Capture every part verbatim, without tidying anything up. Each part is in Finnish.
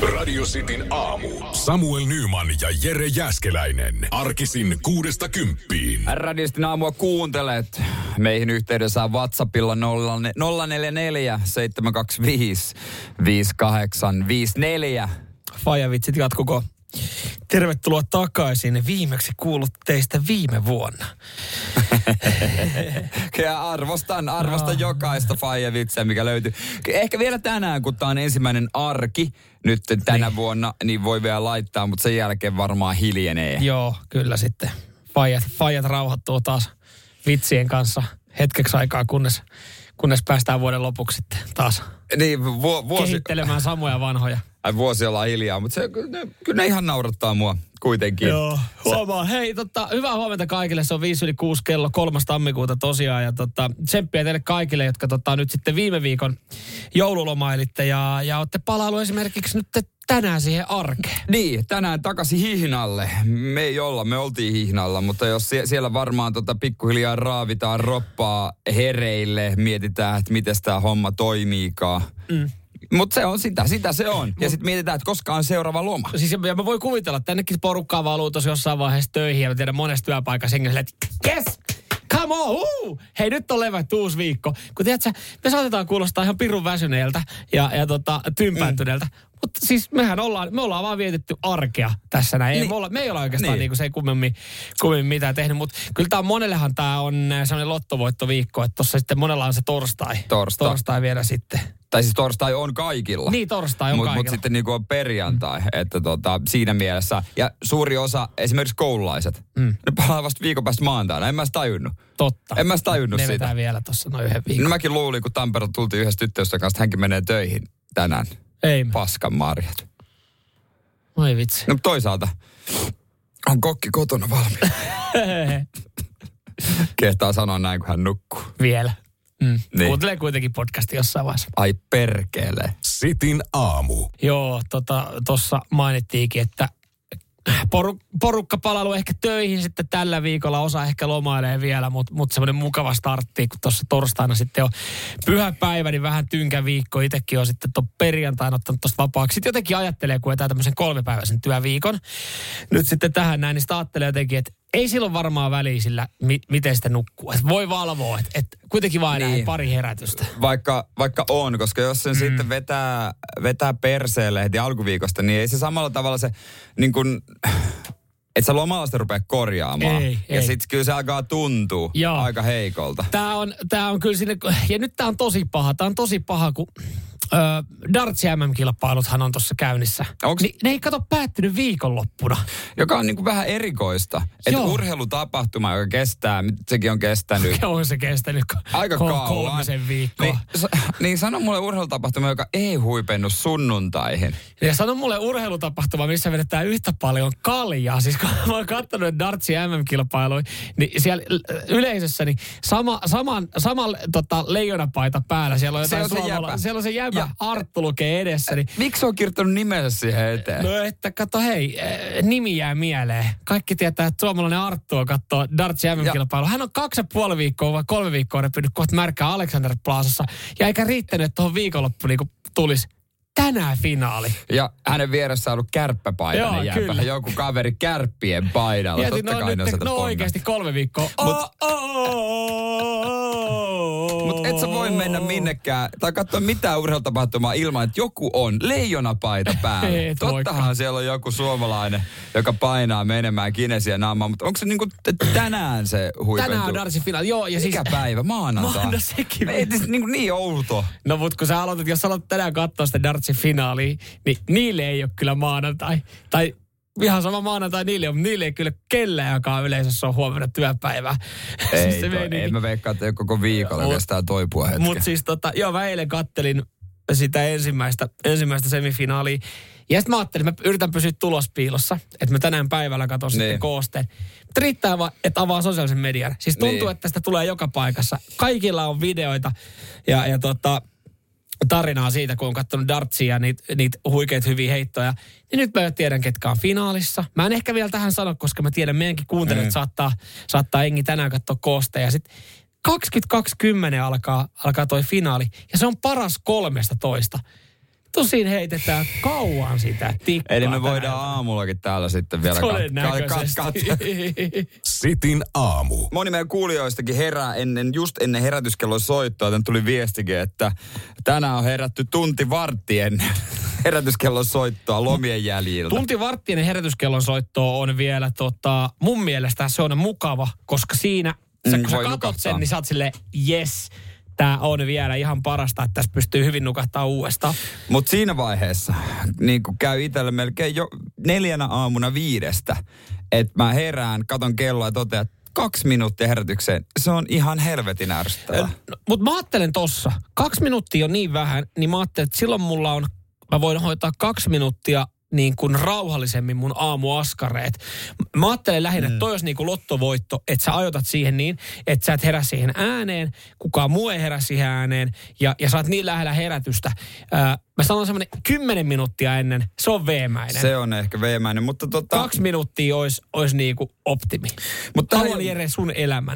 Radio Cityn aamu. Samuel Nyman ja Jere Jääskeläinen. Arkisin kuudesta kymppiin. Radio Cityn aamua kuuntelet. Meihin yhteydessä on WhatsAppilla nolla neljä neljä seitsemän kaksi viisi viisi kahdeksan viisi neljä. Fajavitsit jatkuko. Tervetuloa takaisin. Viimeksi kuullut teistä viime vuonna. Ja arvostan, arvostan no. jokaista faijavitsiä, mikä löytyy. Ehkä vielä tänään, kun tämä on ensimmäinen arki nyt tänä niin. vuonna, niin voi vielä laittaa, mutta sen jälkeen varmaan hiljenee. Joo, kyllä sitten. Faijat, faijat rauhoittuu taas vitsien kanssa hetkeksi aikaa, kunnes, kunnes päästään vuoden lopuksi sitten taas niin, vu- vuosi... kehittelemään samoja vanhoja. Ai vuosi ollaan hiljaa, mutta se, ne, kyllä ne ihan naurattaa mua kuitenkin. Joo, huomaa. Hei, tota, hyvää huomenta kaikille. Se on viisi yli kuusi kello kolmas tammikuuta tosiaan. Ja tota, tsemppiä teille kaikille, jotka tota, nyt sitten viime viikon joululomailitte ja, ja olette palailu esimerkiksi nyt tänään siihen arkeen. Niin, tänään takaisin hihnalle. Me ei olla, me oltiin hihnalla, mutta jos sie- siellä varmaan tota pikkuhiljaa raavitaan roppaa hereille, mietitään, että miten tämä homma toimiikaan. Mm. Mutta se on sitä, sitä se on. Ja sitten mietitään, että koska on seuraava loma. Siis ja mä voin kuvitella, että tännekin porukkaa valuu tosi jossain vaiheessa töihin ja mä tiedän monesta työpaikassa hengellä, että yes! Come on! Uh! Hei, nyt on levätty uusi viikko. Kun tiedätkö, me saatetaan kuulostaa ihan pirun väsyneeltä ja, ja tota, tympääntyneeltä. Mm. Mutta siis mehän ollaan, me ollaan vaan vietetty arkea tässä näin. Niin. Ei, me, olla, me ei olla oikeastaan niin. Niinku, se ei kummemmin, kummemmin mitään tehnyt. Mutta kyllä tää monellehan tää on sellainen lottovoittoviikko, että tossa sitten monella on se torstai. Torstai. Torstai vielä sitten. Tai siis torstai on kaikilla. Niin, torstai on mut, kaikilla. Mutta sitten niinku on perjantai, mm. että tota, siinä mielessä. Ja suuri osa, esimerkiksi koululaiset, mm. ne palaa vasta viikon päästä maantaina. En mä sitä tajunnut. Totta. En mä sitä tajunnut ne sitä. Ne vetää vielä tuossa noin yhden viikon. No mäkin luulin, kun Tampereelta tultiin yhdessä tyttöystä kanssa, että hänkin menee töihin tänään. Ei. Paskan marjat. Oi vitsi. No toisaalta on kokki kotona valmiina. Kehtaa sanoa näin, kun hän nukkuu. Vielä. Mm. Niin. Kuuntelee kuitenkin podcastia jossain vaiheessa. Ai perkele. Cityn aamu. Joo, tota, tossa mainittiinkin, että poru, porukka palailu ehkä töihin sitten tällä viikolla. Osa ehkä lomailee vielä, mutta mut semmoinen mukava startti, kun tuossa torstaina sitten on pyhäpäivä, niin vähän tynkä viikko. Itsekin on sitten tuon perjantaina ottanut tuosta vapaaksi. Sitten jotenkin ajattelee, kun etää tämmöisen kolmepäiväisen työviikon. Nyt sitten tähän näin, niin sitä ajattelee jotenkin, että ei silloin varmaan väliä sillä, mi- miten sitä nukkuu. Et voi valvoa, että et kuitenkin vaan niin. Näin pari herätystä. Vaikka, vaikka on, koska jos sen mm. sitten vetää, vetää perseelle heti alkuviikosta, niin ei se samalla tavalla se niin kuin, että sä lomalla sitä rupea korjaamaan. Ei, ja ei. sitten kyllä se alkaa tuntua Joo. aika heikolta. Tää on, tää on kyllä sinne, ja nyt tää on tosi paha. Tää on tosi paha, kun ö, darts M M-kilpailuthan on tuossa käynnissä. Onks... Ni, ne ei kato päättynyt viikonloppuna. Joka on niinku vähän erikoista. Että urheilutapahtuma, joka kestää, sekin on kestänyt. On se kestänyt aika kol- kauan. kolmisen viikkoa. Niin, sa, niin sano mulle urheilutapahtuma, joka ei huipennut sunnuntaihin. Ja sano mulle urheilutapahtuma, missä vedetään yhtä paljon kaljaa. Siis kun mä oon katsonut dartsin M M-kilpailuja, niin siellä yleisössä niin sama, saman, saman tota, leijonapaita päällä. Siellä on, se on se suomala- siellä on se jäbä. Ja Arttu lukee edessä. Niin... Miksi on kirjoittanut nimensä siihen eteen? No että kato hei, nimi jää mieleen. Kaikki tietää, että suomalainen Arttu on kattoo dartsin M M-kilpailu. Hän on kaksi ja puoli viikkoa vai kolme viikkoa repynyt kohta märkää Alexander Plazassa. Ja eikä riittänyt, että tuohon viikonloppuun niin tulisi tänään finaali. Ja hänen vieressä on ollut kärppäpaitainen jäbä. Joku kaveri kärppien paidalla. Mietin, Totta no, kai nyt, no oikeasti kolme viikkoa. Mut, Mutta et sä voi mennä minnekään tai katsoa mitään urheilutapahtumaa ilman, että joku on leijonapaita päällä. Tottahan voikaan. Siellä on joku suomalainen, joka painaa menemään kinesiä naamaan, mutta onko se niinku tänään se huipentu? Tänään on dartsin finaali, joo. Ja Mikä siis... päivä? Maanantai. No sekin. Ei niinku niin outo. No mut kun sä aloitat, jos sä aloitat tänään katsoa sitä dartsin finaalia, niin niille ei ole kyllä maanantai. Tai ihan sama maanantai niille on, mutta niille ei kyllä kellään, joka on yleisössä on huomenna työpäivää. Ei, siis toi, ei mä veikkaa, että koko viikolla kestää toipua hetken. Mutta siis tota, joo, mä eilen kattelin sitä ensimmäistä, ensimmäistä semifinaalia. Ja sitten mä ajattelin, että mä yritän pysyä tulospiilossa, että mä tänään päivällä katson niin. sitten koosteen. Mutta riittää vaan, että avaa sosiaalisen median. Siis tuntuu, niin. että sitä tulee joka paikassa. Kaikilla on videoita ja, ja tota, tarinaa siitä, kun on katsonut dartsia ja niitä niit huikeita hyviä heittoja. Niin nyt mä tiedän, ketkä on finaalissa. Mä en ehkä vielä tähän sano, koska mä tiedän, meidänkin kuuntelijat mm. saattaa, saattaa engi tänään katsoa koosteen. Ja sitten kaksikymmentä kaksikymmentä alkaa, alkaa toi finaali. Ja se on paras kolmesta toista. tosin heitetään kauan sitä tikkaa. Eli me voidaan aamullakin täällä sitten vielä todennäköisesti. kat- kat- kat- Sitin aamu. Moni meidän kuulijoistakin herää ennen, just ennen herätyskellon soittoa. Tän tuli viestikin, että tänään on herätty tunti vartti ennen herätyskellon soittoa lomien jäljiltä. Tunti varttinen herätyskellon soitto on vielä tota, mun mielestä se on mukava, koska siinä, sä, Mm, kun sä voi katot nukahtaa. sen, niin sä oot silleen, yes, tää on vielä ihan parasta, että tässä pystyy hyvin nukahtaa uudestaan. Mutta siinä vaiheessa niin kun käy itselle melkein jo neljänä aamuna viidestä, että mä herään, katon kelloa ja totean, että kaksi minuuttia herätykseen, se on ihan helvetin ärsyttävää. No, mutta mä ajattelen tossa, kaksi minuuttia on niin vähän, niin mä ajattelen, että silloin mulla on, mä voin hoitaa kaksi minuuttia niin kuin rauhallisemmin mun aamuaskareet. Mä ajattelen lähinnä, että toi olisi niin kuin lottovoitto, että sä ajoitat siihen niin, että sä et herää siihen ääneen, kukaan muu ei herää siihen ääneen, ja, ja sä oot niin lähellä herätystä. Ää, mä sanon semmoinen kymmenen minuuttia ennen, se on veemäinen. Se on ehkä veemäinen, mutta tota... Kaksi minuuttia olisi, olisi niin kuin optimi. Mutta haluan Jere sun elämän.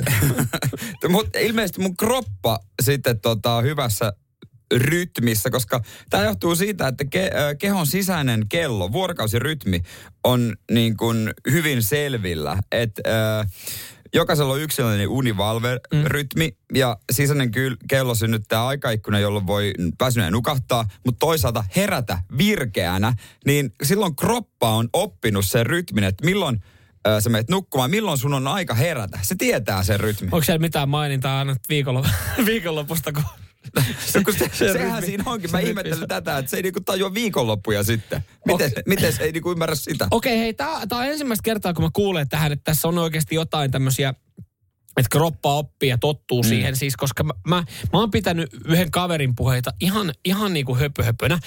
Mutta ilmeisesti mun kroppa sitten tota, on hyvässä rytmissä, koska tämä johtuu siitä, että ke, äh, kehon sisäinen kello, vuorokausirytmi on niin kuin hyvin selvillä. Että äh, jokaisella on yksilöllinen univalve-rytmi mm. ja sisäinen kyl- kello synnyttää aikaikkuna, jolloin voi väsyneen nukahtaa, mutta toisaalta herätä virkeänä, niin silloin kroppa on oppinut sen rytmin, että milloin äh, sä menet nukkumaan, milloin sun on aika herätä. Se tietää sen rytmin. Onko siellä mitään mainintaa aina viikonlop- viikonlopusta, kun... Se, se, se, sehän siinä onkin. Mä ihmettelen tätä, että se ei niinku tajua viikonloppuja sitten. Miten, okay. miten se ei niinku ymmärrä sitä? Okei, okay, hei, tää on ensimmäistä kertaa, kun mä kuulen tähän, että tässä on oikeasti jotain tämmöisiä, että kroppa oppii ja tottuu mm. siihen siis, koska mä, mä, mä oon pitänyt yhden kaverin puheita ihan, ihan niin kuin höpö-höpönä.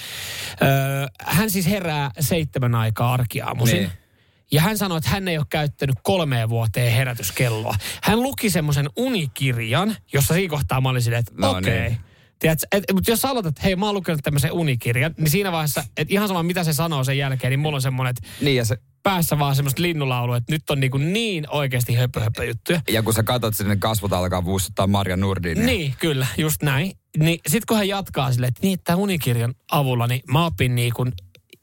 Öö, hän siis herää seitsemän aikaa arkiaamuisin. Niin. Ja hän sanoi, että hän ei ole käyttänyt kolmeen vuoteen herätyskelloa. Hän luki semmoisen unikirjan, jossa siinä kohtaa mä olin silleen, että no okei. Okay. Niin. Tiedätkö, et, mutta jos sä aloitat, että hei mä oon lukenut tämmöisen unikirjan, niin siinä vaiheessa, että ihan sama mitä se sanoo sen jälkeen, niin mulla on semmoinen, että niin ja se... päässä vaan semmoista linnulaulua, että nyt on niin, kuin niin oikeasti höpö, höpö juttuja. Ja kun sä katsot sinne, kasvot alkaa vuustuttaa Marja Nordin. Niin, kyllä, just näin. Niin sit kun hän jatkaa silleen, että niin, tämän unikirjan avulla, niin mä opin niin kuin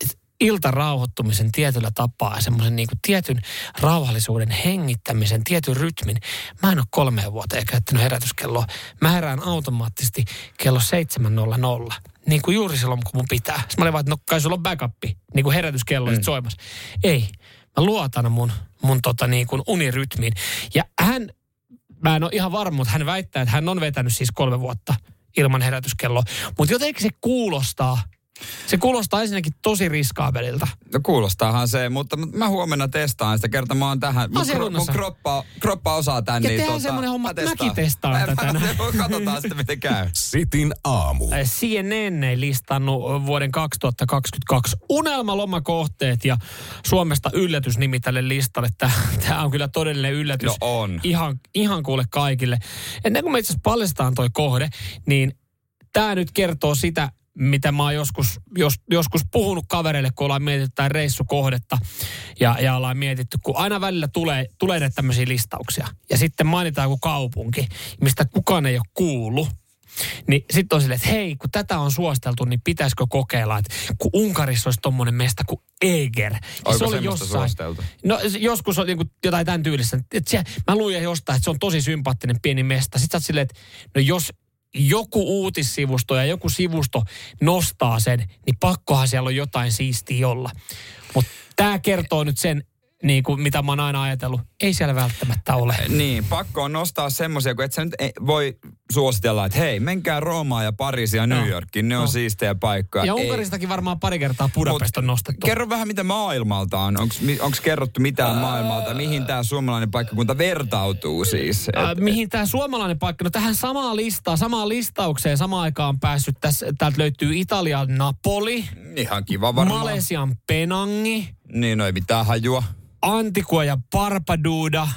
iltarauhoittumisen tietyllä tapaa ja semmoisen niin kuin tietyn rauhallisuuden hengittämisen, tietyn rytmin. Mä en ole kolmeen vuoteen käyttänyt herätyskelloa. Mä herään automaattisesti kello seitsemän nolla nolla. Niin kuin juuri silloin, kun mun pitää. Sitten mä olin vaan, että no kai sulla on backupi, niin kuin herätyskello mm. soimassa. Ei, mä luotan mun, mun tota niin kuin unirytmiin. Ja hän, mä en ole ihan varma, mutta hän väittää, että hän on vetänyt siis kolme vuotta ilman herätyskelloa. Mutta jotenkin se kuulostaa, se kuulostaa ensinnäkin tosi riskaabelilta. No kuulostaahan se, mutta mä huomenna testaan sitä kertaa. Mä oon tähän, mun, kro, mun kroppa, kroppa osaa tän. Ja niin tehdään tota, semmoinen homma, että mäkin testaan. testaan tätä tänään. Katsotaan sitten, miten käy. Sitin aamu. C N N ei listannut vuoden kaksituhattakaksikymmentäkaksi unelmalomakohteet ja Suomesta yllätysnimi tälle listalle. Tämä on kyllä todellinen yllätys. No on. Ihan, ihan kuule kaikille. Ennen kuin me itse asiassa paljastetaan toi kohde, niin tämä nyt kertoo sitä, mitä mä oon joskus, jos, joskus puhunut kavereille, kun ollaan mietitty jotain reissukohdetta ja, ja ollaan mietitty, kun aina välillä tulee, tulee näitä tämmöisiä listauksia. Ja sitten mainitaan joku kaupunki, mistä kukaan ei ole kuullut. Niin sitten on silleen, että hei, kun tätä on suosteltu, niin pitäisikö kokeilla, että kun Unkarissa olisi tommonen mesta kuin Eger. Oiko se oli semmoista jossain, suosteltu? No joskus on niin kuin jotain tämän tyylistä. Että se, mä luin jostain, että se on tosi sympaattinen pieni mesta. Sitten sä oot silleen, että no jos joku uutissivusto ja joku sivusto nostaa sen, niin pakkohan siellä on jotain siistiä olla. Mutta tämä kertoo nyt sen, niin kuin mitä mä oon aina ajatellut. Ei siellä välttämättä ole. Niin, pakko on nostaa semmoisia, kun et sä nyt voi suositella, että hei, menkää Roomaan ja Pariisiin ja New no. Yorkiin, ne on no. siistejä paikkoja. Ja Unkaristakin varmaan pari kertaa Budapest on nostettu. Kerro vähän, mitä maailmalta on. Onko kerrottu mitään äh, maailmalta? Mihin tämä suomalainen paikkakunta vertautuu siis? Äh, et, mihin tämä suomalainen paikka? No tähän samaan listaan, samaan listaukseen samaan aikaan päässyt. Tässä, täältä löytyy Italian Napoli. Ihan kiva varmaan. Malesian Penangi. Niin, no ei mitään hajua. Antigua ja Barbuda.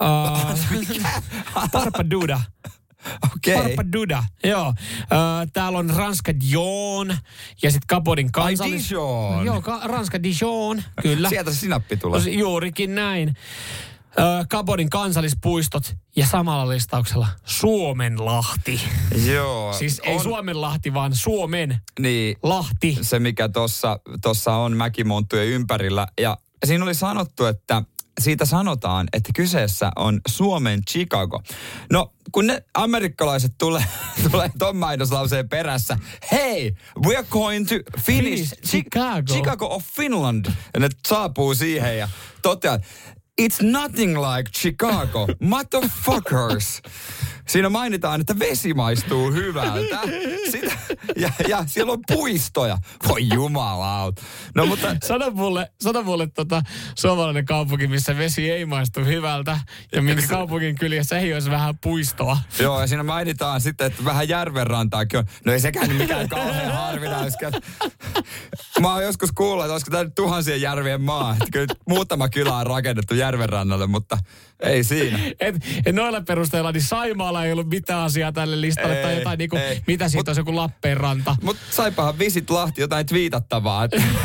Uh, Barbuda. Okei. Okay. Barbuda, joo. Uh, täällä on Ranska Dijon ja sitten Capodin kansallis... Ai Dijon. Joo, ka- Ranska Dijon, kyllä. Sieltä se sinappi tulee. Juurikin näin. Gabonin kansallispuistot ja samalla listauksella Suomenlahti. Joo. Siis ei on... Suomenlahti, vaan Suomen niin, lahti. Se, mikä tuossa tossa on mäkimonttujen ympärillä. Ja siinä oli sanottu, että siitä sanotaan, että kyseessä on Suomen Chicago. No, kun ne amerikkalaiset tulee, tulee ton mainoslauseen perässä, hey, we're going to finish Chicago. Chicago of Finland. Ja ne saapuu siihen ja toteaa, it's nothing like Chicago, motherfuckers. Siinä mainitaan, että vesi maistuu hyvältä. Sitä, ja, ja siellä on puistoja. Voi jumalauta. No mutta... Sano mulle, sano mulle tota, suomalainen kaupunki, missä vesi ei maistu hyvältä. Ja minkä kaupungin kyljessä ei olisi vähän puistoa. Joo, ja siinä mainitaan sitten, että vähän järvenrantaakin on. No ei sekään nyt mikään kauhean harvinaista. Mä oon joskus kuullut, että olisiko tämä nyt tuhansien järvien maa. Että kyllä muutama kylä on rakennettu järvenrannalle, mutta ei siinä. Et, et noilla perusteilla, niin Saimaalla ei ollut mitään asiaa tälle listalle. Ei, tai jotain niinku, mitä siitä mut, olisi joku Lappeenranta. Mutta saipahan Visit Lahti jotain twiitattavaa.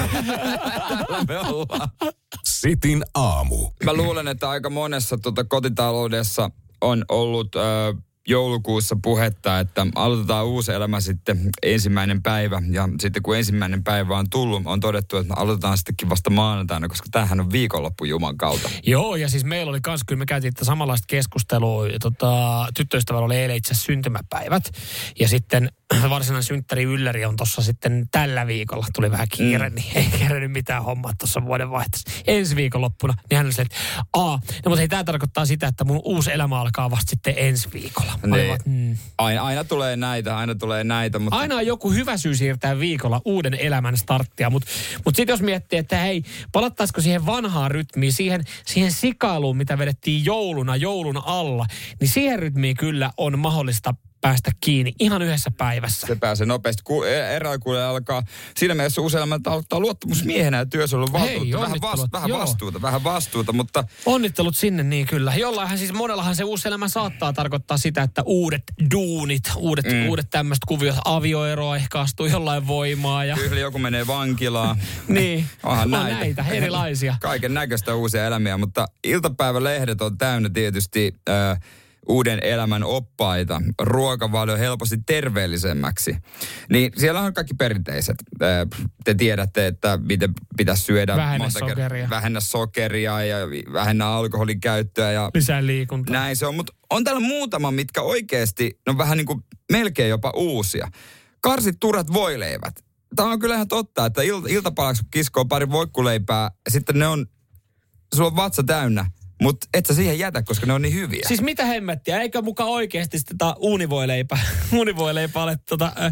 Täällä me ollaan. Sitin aamu. Mä luulen, että aika monessa tota, kotitaloudessa on ollut... Ö, joulukuussa puhetta, että aloitetaan uusi elämä sitten ensimmäinen päivä. Ja sitten kun ensimmäinen päivä on tullut, on todettu, että aloitetaan sittenkin vasta maanantaina, koska tämähän on viikonloppu Juman kautta. Joo, ja siis meillä oli kans, kyllä me käytiin tätä samanlaista keskustelua. Tota, tyttöystävällä oli eilen itse asiassa syntymäpäivät. Ja sitten varsinainen synttäri ylläri on tuossa sitten tällä viikolla. Tuli vähän kiire, mm. niin ei kerännyt mitään hommaa tuossa vuodenvaihteessa. Ensi viikonloppuna. Niin hän oli silleen, että aa, no mutta hei, tämä tarkoittaa sitä, että mun uusi elämä alkaa vasta sitten ensi viikolla. Niin. Vaan, mm. aina, aina tulee näitä, aina tulee näitä. Mutta... Aina on joku hyvä syy siirtää viikolla uuden elämän starttia, mutta mut sitten jos miettii, että hei, palattaisiko siihen vanhaan rytmiin, siihen, siihen sikailuun, mitä vedettiin jouluna, joulun alla, niin siihen rytmiin kyllä on mahdollista päästä kiinni ihan yhdessä päivässä. Se pääsee nopeasti. Eräkuulee alkaa siinä mielessä uusi elämä ottaa luottamusmiehenä ja työsuojelun valtuutta. Vähän, vas, vähän vastuuta, vähän vastuuta, mutta... Onnittelut sinne, niin kyllä. Jollainhan siis monellahan se uusi elämä saattaa tarkoittaa sitä, että uudet duunit, uudet, mm. uudet tämmöiset kuviot, avioeroa ehkä astuu jollain voimaa. Ja... Kyllä joku menee vankilaan. Niin, onhan on näitä. näitä erilaisia. Kaiken näköistä uusia elämiä, mutta iltapäivälehdet on täynnä tietysti... Äh, uuden elämän oppaita, ruokavalio helposti terveellisemmäksi. Niin siellä on kaikki perinteiset. Te tiedätte, että miten pitäisi syödä. Vähennä sokeria. Vähennä sokeria ja vähennä alkoholin käyttöä. Ja lisää liikuntaa. Näin se on, mutta on täällä muutama, mitkä oikeasti on vähän niin kuin melkein jopa uusia. Karsit turhat voileivät. Tämä on kyllä ihan totta, että il- iltapalaksi kiskoo pari voikkuleipää, sitten ne on, sulla on vatsa täynnä. Mutta et sä siihen jätä, koska ne on niin hyviä. Siis mitä hemmettiä? Eikö mukaan oikeasti sitä uunivoileipä, uunivoileipä ole tota, ö, ö,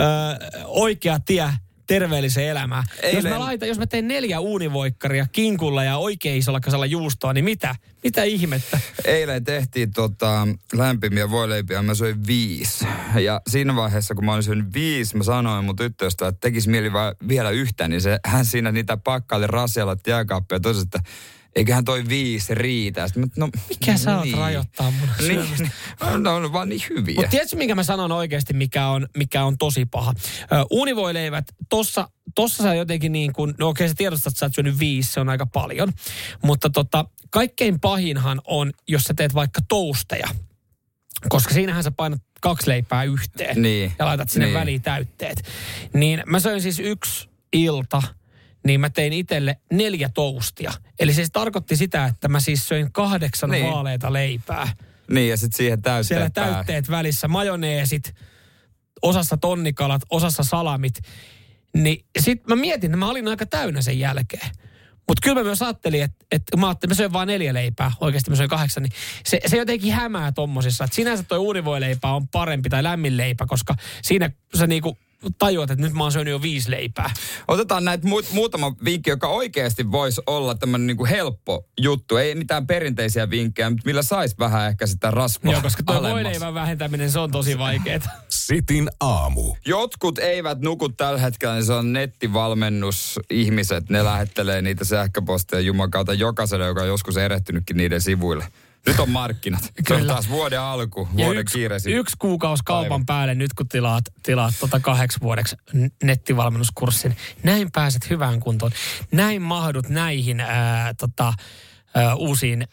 oikea tie terveelliseen elämään? Eilen... Jos mä laitan, jos mä teen neljä uunivoikkaria kinkulla ja oikein isolla kasalla juustoa, niin mitä? Mitä ihmettä? Eilen tehtiin tota, lämpimiä voileipiä, mä söin viisi. Ja siinä vaiheessa, kun mä olin syönyt viisi, mä sanoin mun tyttöystä, että tekisi mieli vielä yhtä, niin se, hän siinä niitä pakkaili rasialla jääkaappia ja tosiaan, että eiköhän toi viisi riitä. Sitten, no, mikä sä oot niin. rajoittaa mun syömistä? Niin, ne on vaan niin hyviä. Mutta tiedätkö, minkä mä sanon oikeasti, mikä on, mikä on tosi paha? Ö, uunivoileivät, tossa, tossa sä jotenkin niin kuin, no okei sä tiedostat, että sä oot syönyt viisi, se on aika paljon. Mutta tota, kaikkein pahinhan on, jos sä teet vaikka tousteja. Koska siinähän sä painat kaksi leipää yhteen. Niin. Ja laitat sinne niin. väliin täytteet. Niin mä söin siis yksi ilta... niin mä tein itselle neljä toustia. Eli se tarkoitti sitä, että mä siis söin kahdeksan niin. vaaleita leipää. Niin, ja sitten siihen täytteet Siellä täytteet pää. välissä, majoneesit, osassa tonnikalat, osassa salamit. Niin sit mä mietin, että mä olin aika täynnä sen jälkeen. Mutta kyllä mä myös ajattelin, että, että mä ajattelin, että mä söin vaan neljä leipää. Oikeasti mä söin kahdeksan. Niin se, se jotenkin hämää tommosissa. Että sinänsä toi uunivoileipä on parempi tai lämmin leipä, koska siinä sä niinku... tajuat, että nyt mä oon syönyt jo viisi leipää. Otetaan näitä mu- muutama vinkki, joka oikeasti voisi olla tämmöinen niinku helppo juttu. Ei mitään perinteisiä vinkkejä, mutta millä saisi vähän ehkä sitä rasvaa. Joo, koska tuo voileivän vähentäminen, se on tosi vaikeaa. Sitin aamu. Jotkut eivät nuku tällä hetkellä, niin se on nettivalmennusihmiset. Ne lähettelee niitä sähköposteja jumakautta jokaiselle, joka on joskus erehtynytkin niiden sivuille. Nyt on markkinat. Se on taas vuoden alku, vuoden yksi, kiireisin. Yksi kuukausi kaupan päivä. Päälle nyt, kun tilaat, tilaat tota kahdeksi vuodeksi nettivalmennuskurssin. Näin pääset hyvään kuntoon. Näin mahdut näihin ää, tota, ää, uusiin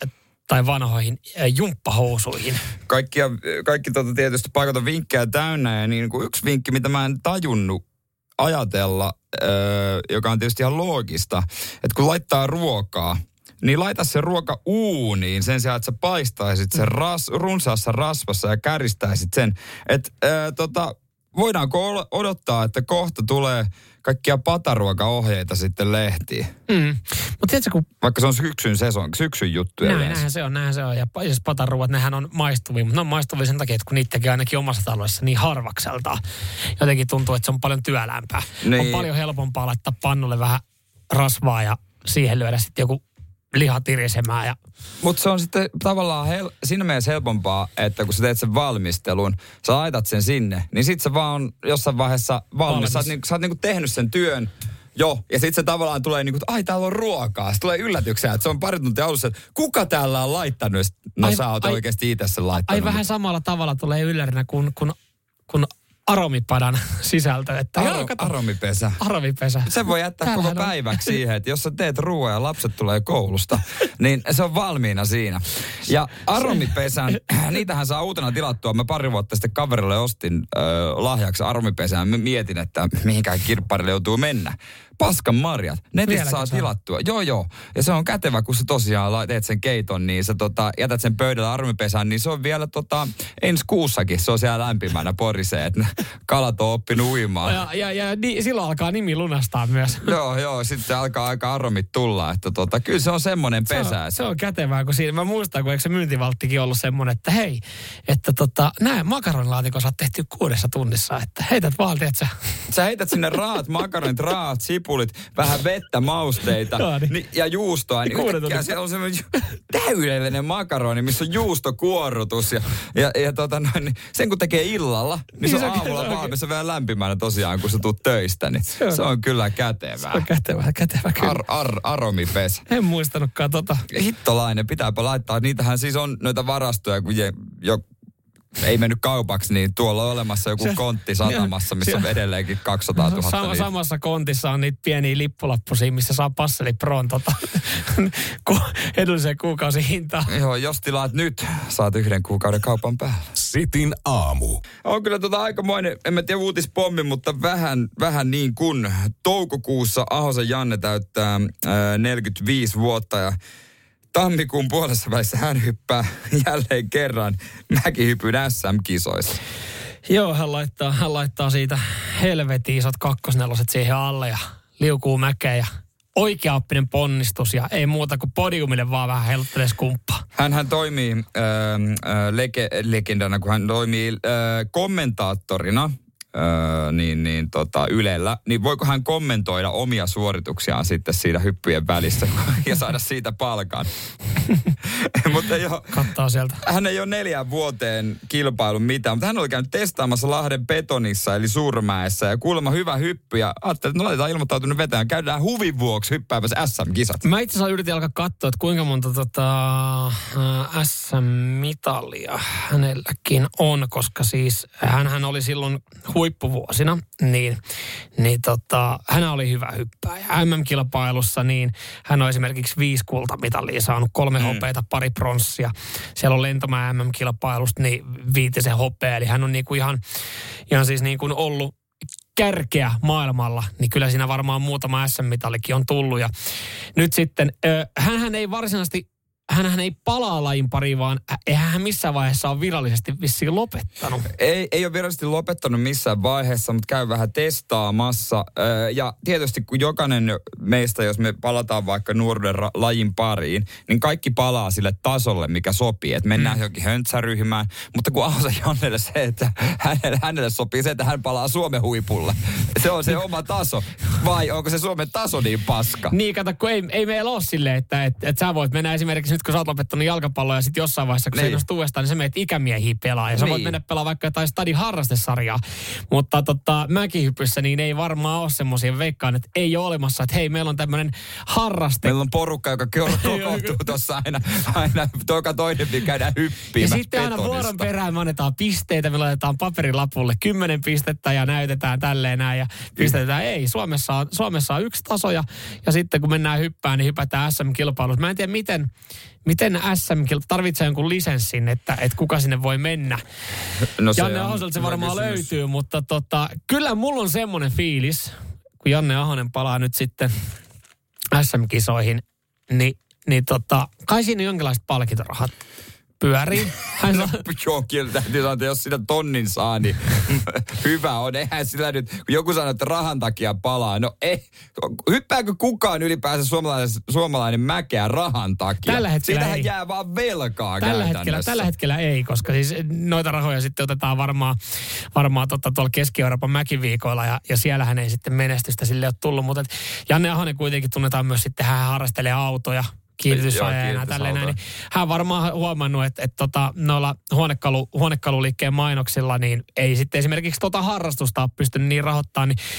tai vanhoihin äh, jumppahousuihin. Kaikki, kaikki tota tietysti paikat on vinkkejä täynnä ja niin kuin yksi vinkki, mitä mä en tajunnut ajatella, öö, joka on tietysti ihan loogista, että kun laittaa ruokaa, niin laita se ruoka uuniin sen sijaan, että sä paistaisit sen ras, runsaassa rasvassa ja käristäisit sen. Että öö, tota, voidaanko odottaa, että kohta tulee kaikkia pataruokaohjeita sitten lehtiin? Mm. Mut tiedätkö, kun... Vaikka se on syksyn seson, syksyn juttu. Näin, näinhän se on, näinhän se on. Ja siis pataruoat, nehän on maistuvia, mutta ne on maistuvia sen takia, että kun niitäkin ainakin omassa taloudessa niin harvakseltaan. Jotenkin tuntuu, että se on paljon työlämpää. Niin. On paljon helpompaa laittaa pannulle vähän rasvaa ja siihen lyödä sitten joku liha tirisemään. Ja... Mutta se on sitten tavallaan hel- siinä mielessä helpompaa, että kun sä teet sen valmistelun, sä laitat sen sinne, niin sit sä vaan on jossain vaiheessa valmis. valmis. Sä oot, niinku, sä oot niinku tehnyt sen työn jo, ja sit se tavallaan tulee niinku, että ai täällä on ruokaa. Se tulee yllätyksenä, että se on pari tuntia alussa, että kuka täällä on laittanut? No ai, sä oot ai, oikeasti itse sen laittanut. Ai vähän samalla tavalla tulee yllärinä kuin, kuin, kuin aromipadan sisältö. Että Aro, aromipesä. Aromipesä. Se voi jättää Täällähän koko on. päiväksi siihen, että jos sä teet ruoan ja lapset tulee koulusta, niin se on valmiina siinä. Ja aromipesän, niitähän saa uutena tilattua. Mä pari vuotta sitten kaverille ostin äh, lahjaksi aromipesään. Mä mietin, että mihinkään kirpparille joutuu mennä. Paskan marjat. Netistä saa tilattua. Joo, joo. Ja se on kätevä, kun sä tosiaan teet sen keiton, niin sä tota, jätät sen pöydällä aromipesään, niin se on vielä tota, ensi kuussakin. Se on siellä lämpimänä porisee, että kalat on oppinut uimaan. Ja, ja, ja ni, silloin alkaa nimi lunastaa myös. Joo, joo. Sitten alkaa aika aromit tulla. Että tota, kyllä se on semmoinen pesä. Se on, se on kätevää, kun siinä, mä muistan, kun eikö se myyntivalttikin ollut semmoinen, että hei, että tota, näin makaronilaatikon sä oot tehty kuudessa tunnissa, että heität vaan, tietsä. Sä heität sinne raat, makaronit, raat, sipulit, vähän vettä, mausteita Joo, niin. ni, ja juustoa. Niin yhtäkkiä siellä on semmoinen täydellinen makaroni, missä on juustokuorrutus. Ja, ja, ja tota noin, niin sen kun tekee illalla, niin, niin se on aamulla valmis vähän lämpimänä tosiaan, kun sä tuut töistä. Niin se, on, se on kyllä kätevää. Se on kätevää, kätevää kyllä. Ar, ar, aromipesä. En muistanutkaan tota. Hittolainen, pitääpä laittaa. Niitähän siis on noita varastoja, kun je, jo... ei mennyt kaupaksi, niin tuolla on olemassa joku se, kontti satamassa, missä se, on edelleenkin kaksisataatuhatta. Sama, samassa kontissa on niitä pieniä lippulappusia, missä saa Passeli Pron tota, edullisen kuukausin hintaa. Joo, jos tilaat nyt, saat yhden kuukauden kaupan päällä. Sitin aamu. On kyllä tota aikamoinen, en mä tiedä uutispommi, mutta vähän, vähän niin kuin toukokuussa Ahosen Janne täyttää ää, neljäkymmentäviisi vuotta ja tammikuun puolessa välissä hän hyppää jälleen kerran mäkihypyn äs äm-kisoissa. Joo, hän laittaa, hän laittaa siitä helvetin isot kakkosneloset siihen alle ja liukuu mäkeä ja oikeaoppinen ponnistus ja ei muuta kuin podiumille vaan vähän helttelee skumppaa. Hänhän toimii äh, äh, lege, legendana, kun hän toimii äh, kommentaattorina. Öö, niin, niin tota, Ylellä, niin voiko hän kommentoida omia suorituksiaan sitten siitä hyppyjen välissä ja saada siitä palkan? Mutta jo, kattaa sieltä. Hän ei ole neljään vuoteen kilpailun mitään, mutta hän oli käynyt testaamassa Lahden Betonissa, eli Suurmäessä, ja kuulemma hyvä hyppy, ja ajattelin, että no laitetaan ilmoittautunut vetään, käydään huvin vuoksi hyppäämässä äs äm-kisat. Mä itse asiassa yritin alkaa katsoa, että kuinka monta tota, äs äm-mitalia hänelläkin on, koska siis hänhän oli silloin huippuvuosina, niin, niin tota, hän oli hyvä hyppääjä. äm äm-kilpailussa, niin hän on esimerkiksi viisi kultamitalia saanut, kolme mm. hopeita, pari pronssia. Siellä on lentomaa äm äm-kilpailusta, niin viitisen hopea, eli hän on niinku ihan, ihan siis niin kuin ollut kärkeä maailmalla, niin kyllä siinä varmaan muutama äs äm-mitalikin on tullut. Ja nyt sitten, äh, hänhän ei varsinaisesti hänhän ei palaa lajin pariin, vaan eihän hän missään vaiheessa ole virallisesti vissiin lopettanut. Ei, ei ole virallisesti lopettanut missään vaiheessa, mutta käy vähän testaamassa. Ja tietysti kun jokainen meistä, jos me palataan vaikka nuoruuden ra- lajin pariin, niin kaikki palaa sille tasolle, mikä sopii. Että mennään mm. johonkin höntsäryhmään. Mutta kun Ahosen Jannelle se, että hänelle, hänelle sopii se, että hän palaa Suomen huipulle. Se on se oma taso. Vai onko se Suomen taso niin paska? Niin, kato, kun ei, ei meillä ole silleen, että et, et sä voit mennä esimerkiksi nyt kun sä oot lopettanut jalkapalloa ja sitten jossain vaiheessa, kun niin. se innostuu uudestaan, niin sä menet ikämiehiä pelaa. Ja sä niin. voit mennä pelaa vaikka jotain stadin harrastesarjaa. Mutta tota, mäkihypyssä niin ei varmaan ole semmoisia, veikkaan, että ei ole olemassa, että hei, meillä on tämmöinen harraste. Meillä on porukka, joka kokoontuu tuossa aina, aina toka toinen, mikä käydään hyppimässä ja sitten aina vuoron perään me annetaan pisteitä, me laitetaan paperilapulle kymmenen pistettä ja näytetään tälleen näin ja pistetään. Ei, Suomessa on, Suomessa on yksi taso ja, ja sitten kun mennään hyppään, niin hypätään äs äm-kilpailussa. Mä en tiedä, miten miten S M, tarvitsee jonkun lisenssin, että, että kuka sinne voi mennä. No Janne Ahoselta se varmaan kysymys. löytyy, mutta tota, kyllä mulla on semmoinen fiilis, kun Janne Ahonen palaa nyt sitten S M-kisoihin, niin, niin tota, kai siinä jonkinlaiset palkintorahat pyörii. Hän saa... Joo, kyllä täytyy sanoa, että jos sitä tonnin saa, niin hyvä on. Eihän sillä nyt, kun joku sanoo, että rahan takia palaa. No ei, hyppääkö kukaan ylipäänsä suomalainen, suomalainen mäkeä rahan takia? Tällä hetkellä Siitähän ei. jää vaan velkaa tällä käytännössä. hetkellä, tällä hetkellä ei, koska siis noita rahoja sitten otetaan varmaan, varmaan tota, tuolla Keski-Euroopan mäkiviikoilla ja, ja siellähän ei sitten menestystä sille ole tullut. Mutta et Janne Ahonen kuitenkin tunnetaan myös sitten, hän harrastelee autoja. Kiihdytysajajana ja tälleen näin. Niin hän varmaan huomannut, että, että tota, noilla huonekalu, huonekaluliikkeen mainoksilla niin ei sitten esimerkiksi tota harrastusta ole pystynyt niin rahoittamaan, niin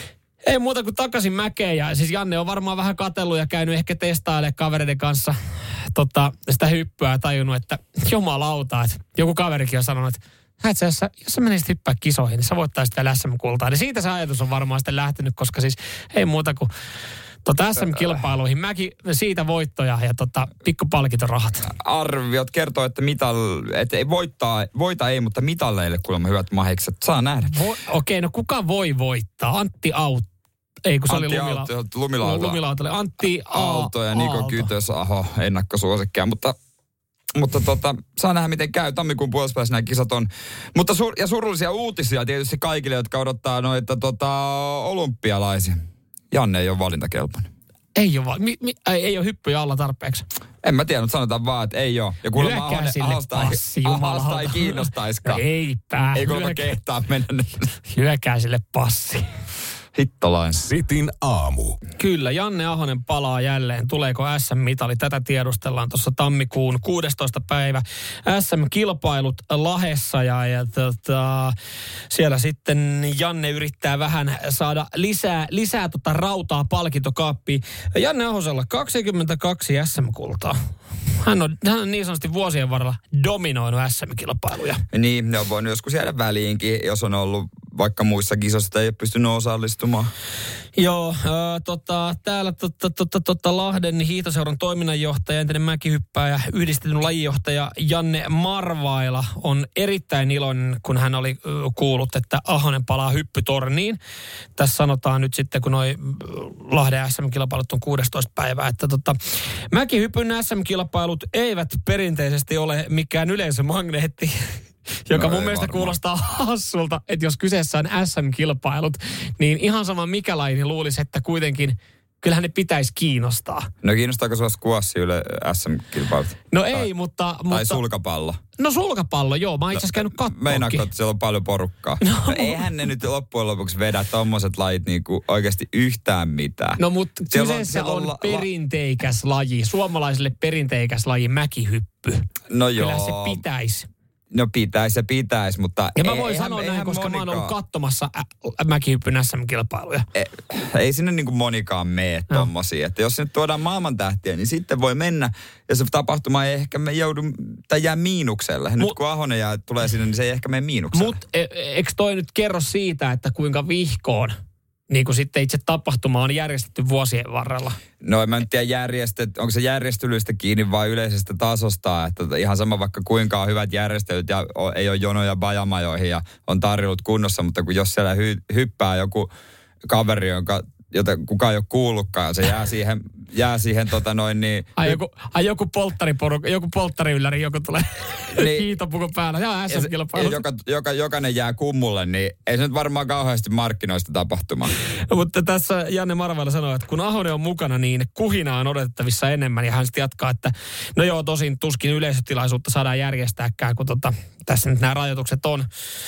ei muuta kuin takaisin mäkeen. Ja siis Janne on varmaan vähän katsellut ja käynyt ehkä testailemaan kavereiden kanssa tota, sitä hyppyä ja tajunnut, että jumalauta, että joku kaverikin on sanonut, että itse asiassa, jos sä menisit hyppää kisoihin, niin sä voittaisit vielä S M-kultaa. Niin siitä se ajatus on varmaan sitten lähtenyt, koska siis ei muuta kuin Tota S M-kilpailuihin. Mäkin siitä voittoja ja tota, pikkupalkintorahat. Arviot kertoo, että, mital, että ei voittaa, voita ei, mutta mitalleille kuulemma hyvät mahikset. Saa nähdä. Vo, Okei, okay, no kuka voi voittaa? Antti Aut. Ei, kun se Antti oli lumila, Aalto, lumilauta. lumilauta. Antti Aalto ja Niko Aalto. Kytösaho ennakkosuosikkia, mutta... Mutta tota, saa nähdä miten käy. Tammikuun puolespäivässä nämä kisat on. Mutta sur- ja surullisia uutisia tietysti kaikille, jotka odottaa noita tota, olympialaisia. Janne ei ole valintakelpoinen. Ei ole, va- mi- mi- ei, ei ole hyppyjä alla tarpeeksi. En mä tiedä, mutta sanotaan vaan, että ei ole. Ja kuulemma Hyökää Ahonen- sille Ahosta ei- passi, Ahosta jumalauta. ei kiinnostaiskaan. Eipä. Ei kuulemma Hyökää- kehtaa mennä nyt. Hyökää sille passi. Hittolain. Sitin aamu. Kyllä, Janne Ahonen palaa jälleen. Tuleeko S M-mitali? Tätä tiedustellaan tuossa tammikuun kuudestoista päivä. S M-kilpailut Lahessa ja, ja tota, siellä sitten Janne yrittää vähän saada lisää, lisää tota rautaa palkintokaappiin. Janne Ahosella kaksikymmentäkaksi S M-kultaa. Hän on, hän on niin sanotusti vuosien varrella dominoinut S M-kilpailuja. Niin, ne on voinut joskus jäädä väliinkin, jos on ollut vaikka muissa kisoissa ei ole pystynyt osallistumaan. Joo, äh, tota, täällä tota, tota, tota, Lahden hiihtoseuran toiminnanjohtaja, entinen mäkihyppääjä, yhdistetyn lajinjohtaja Janne Marvaila on erittäin iloinen, kun hän oli äh, kuullut, että Ahonen palaa hyppytorniin. Tässä sanotaan nyt sitten, kun noi Lahden S M-kilpailut on kuudestoista päivää, että tota, mäkihypyn S M-kilpailut eivät perinteisesti ole mikään yleisömagneetti. Joka no mun mielestä varmaan kuulostaa hassulta, että jos kyseessä on S M-kilpailut, niin ihan sama mikä laji, niin luulisi, että kuitenkin kyllähän ne pitäisi kiinnostaa. No kiinnostaako sua squashi yle S M-kilpailut? No tai, ei, mutta... Tai mutta, sulkapallo? No sulkapallo, joo. Mä oon itse asiassa käynyt katsoakin. Meinaatko, että siellä on paljon porukkaa? No, no eihän ne nyt loppujen lopuksi vedä tommoset lajit niinku oikeasti yhtään mitään. No mutta siellä kyseessä on, on la, perinteikäs laji, suomalaisille perinteikäs laji, mäkihyppy. No joo. Kyllä se pitäisi. No pitäisi ja pitäisi, mutta... Ja mä voin sanoa näin, koska monikaan. Mä oon ollut katsomassa ä- mäkihyppyn S M-kilpailuja. Ei, ei sinne niin kuin monikaan mene no. tommosia. Että jos nyt tuodaan maailmantähtiä, niin sitten voi mennä. Ja se tapahtuma ei ehkä me joudu, tai jää miinukselle. Nyt Mut, kun Ahonen jää, tulee sinne, niin se ei ehkä mene miinukselle. Mutta e, eikö toi nyt kerro siitä, että kuinka vihkoon niin kuin sitten itse tapahtuma on järjestetty vuosien varrella? No en mä nyt tiedä järjestet, onko se järjestelyistä kiinni vai yleisestä tasosta, että ihan sama vaikka kuinka on hyvät järjestelyt ja ei ole jonoja bajamajoihin ja on tarjollut kunnossa, mutta kun jos siellä hy, hyppää joku kaveri, jonka, jota kukaan ei ole kuullutkaan, se jää siihen, jää siihen tota noin niin... Ai joku, ai joku polttariporuk, joku polttariylläri, joku tulee niin, hiitopuku päällä. Jaa, S M-kilpailut. Joka, joka, jokainen jää kummulle, niin ei se nyt varmaan kauheasti markkinoista tapahtumaan. No, mutta tässä Janne Marvaila sanoi, että kun Ahonen on mukana, niin kuhina on odotettavissa enemmän. Ja hän sitten jatkaa, että no joo, tosin tuskin yleisötilaisuutta saadaan järjestääkään, kun tota, tässä nyt nämä rajoitukset on.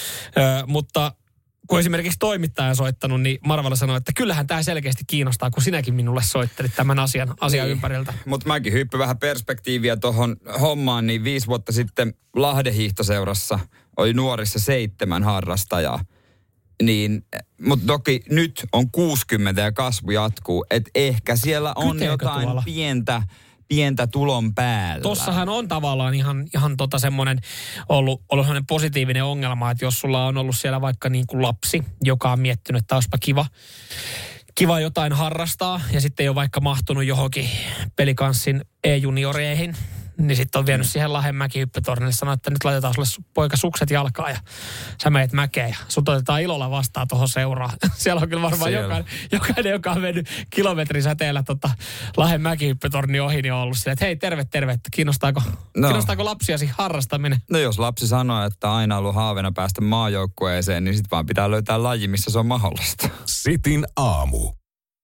Ö, mutta... Kun esimerkiksi toimittaja soittanut, niin Marvaila sanoi, että kyllähän tämä selkeästi kiinnostaa, kun sinäkin minulle soittelit tämän asian, asian niin, ympäriltä. Mutta mäkin hyppy vähän perspektiiviä tuohon hommaan, niin viisi vuotta sitten Lahden hiihtoseurassa oli nuorissa seitsemän harrastajaa. Niin, mutta toki nyt on kuusikymmentä ja kasvu jatkuu, että ehkä siellä on Kyteekö jotain tuolla? pientä... pientä tulon päällä. Tossahan on tavallaan ihan, ihan tota semmoinen ollut, ollut semmoinen positiivinen ongelma, että jos sulla on ollut siellä vaikka niin kuin lapsi, joka on miettinyt, että olisipa kiva, kiva jotain harrastaa ja sitten ei ole vaikka mahtunut johonkin pelikanssin E-junioreihin, niin sitten on vienyt siihen Lahden mäkihyppytornille, sanoi, että nyt laitetaan sulle poika sukset jalkaan ja sä meet mäkeen ja sut otetaan ilolla vastaan tuohon seuraan. Siellä on kyllä varmaan jokainen, jokainen, joka on mennyt kilometrin säteellä tota Lahden mäkihyppytorni ohi, niin on ollut silleen, että hei terve, terve, kiinnostaako, no. kiinnostaako lapsiasi harrastaminen? No jos lapsi sanoo, että aina ollut haaveena päästä maajoukkueeseen, niin sitten vaan pitää löytää laji, missä se on mahdollista. Sitin aamu.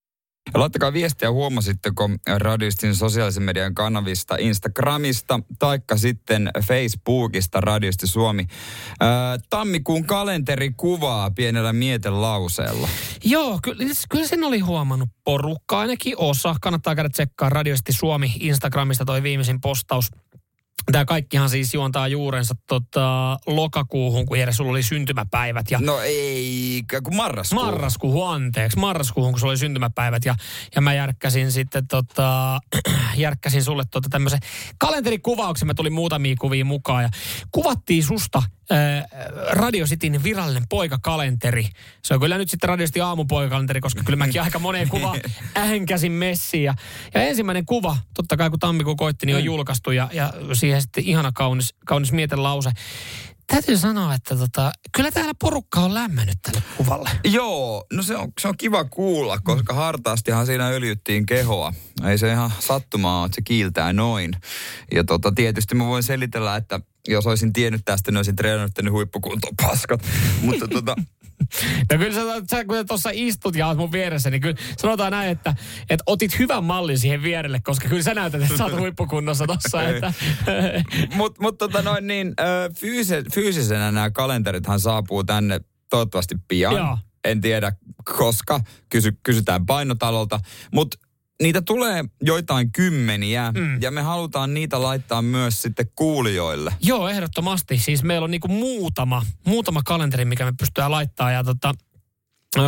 Ja laittakaa viestiä, huomasitteko Radistin sosiaalisen median kanavista, Instagramista, taikka sitten Facebookista Radisti Suomi. Ää, tammikuun kalenteri kuvaa pienellä mietelauseella. Joo, kyllä, kyllä sen oli huomannut porukka, ainakin osa. Kannattaa käydä tsekkaa Radisti Suomi Instagramista toi viimeisin postaus. Tämä kaikkihan siis juontaa juurensa tota, lokakuuhun, kun Jere, sulla oli syntymäpäivät. Ja no ei, kun marraskuuhun. Marraskuuhun, anteeksi. Marraskuuhun, kun sulla oli syntymäpäivät. Ja, ja mä järkkäsin sitten tota, järkkäsin sulle tota tämmöisen kalenterikuvauksen. Mä tuli muutamia kuvia mukaan ja kuvattiin susta ää, Radio Cityn virallinen poikakalenteri. Se on kyllä nyt sitten Radio Cityn aamupoikakalenteri, koska kyllä mäkin aika moneen kuvaan ähänkäsin messiin. Ja, ja ensimmäinen kuva, totta kai kun tammikuu koitti, niin on julkaistu ja, ja siihen sitten ihana kaunis, kaunis mietelause. Täytyy sanoa, että tota, kyllä täällä porukka on lämmennyt tälle kuvalle. Joo, no se on, se on kiva kuulla, koska hartaastihan siinä öljyttiin kehoa. Ei se ihan sattumaa, että se kiiltää noin. Ja tota, tietysti mä voin selitellä, että jos olisin tiennyt tästä, niin olisin treenannut tänne huippukuntoon paskat. Mutta tota... No kyllä sä, sä kun tuossa istut ja oot mun vieressä, niin kyllä sanotaan näin, että, että otit hyvän mallin siihen vierelle, koska kyllä sä näytät, että sä oot huippukunnossa tossa. Että... Mutta mut, tota noin niin, fyysi, fyysisenä nämä kalenterithan saapuu tänne toivottavasti pian. Joo. En tiedä koska, Kysy, kysytään painotalolta, mutta niitä tulee joitain kymmeniä mm. ja me halutaan niitä laittaa myös sitten kuulijoille. Joo, ehdottomasti. Siis meillä on niinku muutama, muutama kalenteri, mikä me pystytään laittamaan ja tota... Öö,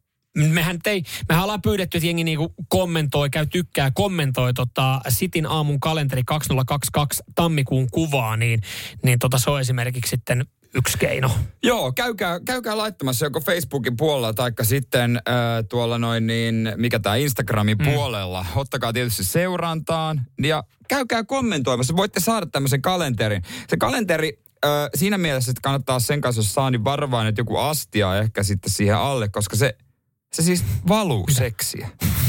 mehän tei, mehän ollaan pyydetty, että jengi niinku kommentoi, käy tykkää, kommentoi tota Sitin aamun kalenteri kaksituhattakaksikymmentäkaksi tammikuun kuvaa, niin, niin tota se on esimerkiksi sitten yksi keino. Joo, käykää, käykää laittamassa joko Facebookin puolella taikka sitten äh, tuolla noin niin, mikä tää Instagramin mm. puolella. Ottakaa tietysti seurantaan ja käykää kommentoimassa. Voitte saada tämmöisen kalenterin. Se kalenteri äh, siinä mielessä, että kannattaa sen kanssa, jos saa, niin varovainen, että joku astia ehkä sitten siihen alle, koska se, se siis valuu seksiä.